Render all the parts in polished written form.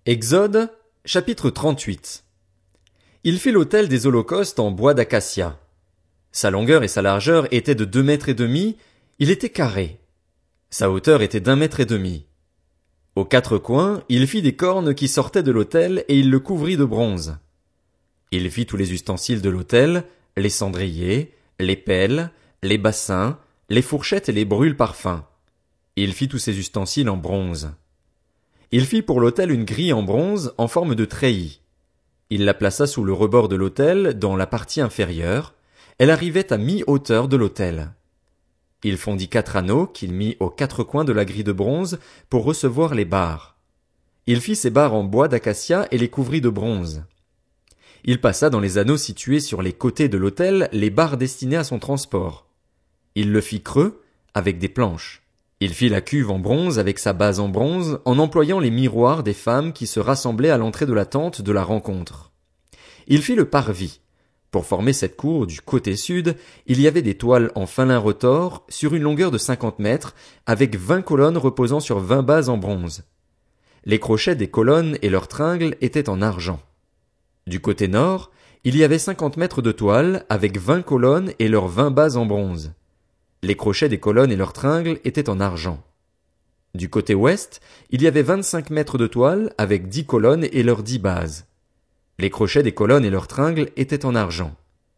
Exode, chapitre 38. Il fit l'autel des holocaustes en bois d'acacia. Sa longueur et sa largeur étaient de 2 mètres et demi, il était carré. Sa hauteur était d'1 mètre et demi. Aux 4 coins, il fit des cornes qui sortaient de l'autel et il le couvrit de bronze. Il fit tous les ustensiles de l'autel, les cendriers, les pelles, les bassins, les fourchettes et les brûle-parfums. Il fit tous ces ustensiles en bronze. Il fit pour l'autel une grille en bronze en forme de treillis. Il la plaça sous le rebord de l'autel, dans la partie inférieure. Elle arrivait à mi-hauteur de l'autel. Il fondit 4 anneaux qu'il mit aux 4 coins de la grille de bronze pour recevoir les barres. Il fit ces barres en bois d'acacia et les couvrit de bronze. Il passa dans les anneaux situés sur les côtés de l'autel les barres destinées à son transport. Il le fit creux, avec des planches. Il fit la cuve en bronze avec sa base en bronze en employant les miroirs des femmes qui se rassemblaient à l'entrée de la tente de la rencontre. Il fit le parvis. Pour former cette cour du côté sud, il y avait des toiles en fin lin retors sur une longueur de 50 mètres avec 20 colonnes reposant sur 20 bases en bronze. Les crochets des colonnes et leurs tringles étaient en argent. Du côté nord, il y avait 50 mètres de toile avec 20 colonnes et leurs 20 bases en bronze. Les crochets des colonnes et leurs tringles étaient en argent. Du côté ouest, il y avait 25 mètres de toile avec 10 colonnes et leurs 10 bases. Les crochets des colonnes et leurs tringles étaient en argent.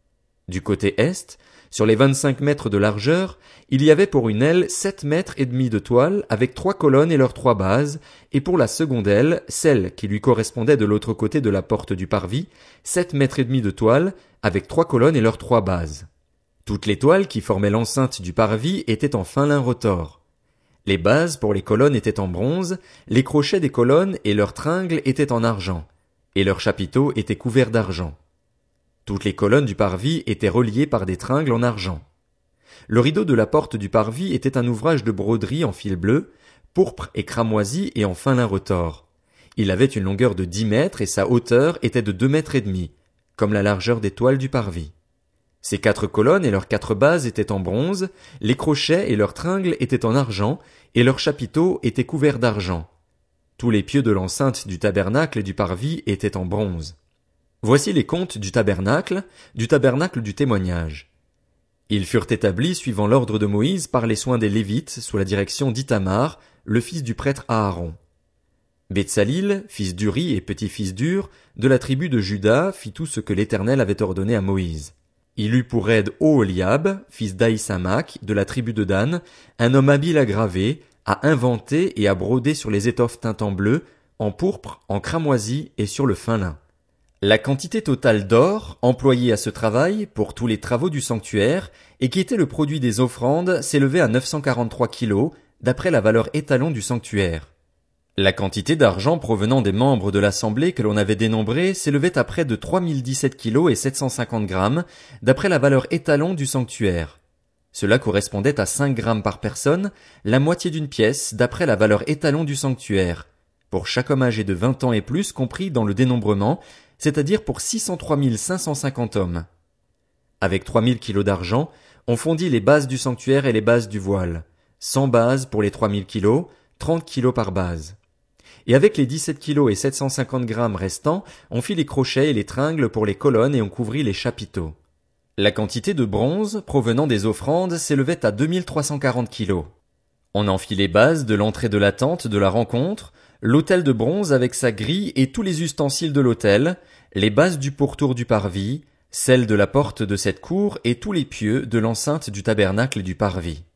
Du côté est, sur les 25 mètres de largeur, il y avait pour une aile 7 mètres et demi de toile avec 3 colonnes et leurs 3 bases, et pour la seconde aile, celle qui lui correspondait de l'autre côté de la porte du parvis, 7 mètres et demi de toile avec 3 colonnes et leurs 3 bases. Toutes les toiles qui formaient l'enceinte du parvis étaient en fin lin retors. Les bases pour les colonnes étaient en bronze, les crochets des colonnes et leurs tringles étaient en argent, et leurs chapiteaux étaient couverts d'argent. Toutes les colonnes du parvis étaient reliées par des tringles en argent. Le rideau de la porte du parvis était un ouvrage de broderie en fil bleu, pourpre et cramoisi et en fin lin retors. Il avait une longueur de 10 mètres et sa hauteur était de 2 mètres et demi, comme la largeur des toiles du parvis. Ces 4 colonnes et leurs 4 bases étaient en bronze, les crochets et leurs tringles étaient en argent, et leurs chapiteaux étaient couverts d'argent. Tous les pieux de l'enceinte du tabernacle et du parvis étaient en bronze. Voici les comptes du tabernacle du témoignage. Ils furent établis suivant l'ordre de Moïse par les soins des Lévites sous la direction d'Ithamar, le fils du prêtre Aaron. Betsalil, fils d'Uri et petit-fils d'Ur, de la tribu de Juda, fit tout ce que l'Éternel avait ordonné à Moïse. Il eut pour aide Oholiab, fils d'Ahisamach, de la tribu de Dan, un homme habile à graver, à inventer et à broder sur les étoffes teintes en bleu, en pourpre, en cramoisi et sur le fin lin. La quantité totale d'or, employée à ce travail, pour tous les travaux du sanctuaire, et qui était le produit des offrandes, s'élevait à 943 kilos, d'après la valeur étalon du sanctuaire. La quantité d'argent provenant des membres de l'assemblée que l'on avait dénombrée s'élevait à près de 3017 kilos et 750 grammes, d'après la valeur étalon du sanctuaire. Cela correspondait à 5 grammes par personne, la moitié d'une pièce, d'après la valeur étalon du sanctuaire, pour chaque homme âgé de 20 ans et plus compris dans le dénombrement, c'est-à-dire pour 603 550 hommes. Avec 3000 kilos d'argent, on fondit les bases du sanctuaire et les bases du voile. 100 bases pour les 3000 kilos, 30 kilos par base. Et avec les 17 kilos et 750 grammes restants, on fit les crochets et les tringles pour les colonnes et on couvrit les chapiteaux. La quantité de bronze provenant des offrandes s'élevait à 2340 kilos. On en fit les bases de l'entrée de la tente de la rencontre, l'autel de bronze avec sa grille et tous les ustensiles de l'autel, les bases du pourtour du parvis, celles de la porte de cette cour et tous les pieux de l'enceinte du tabernacle du parvis.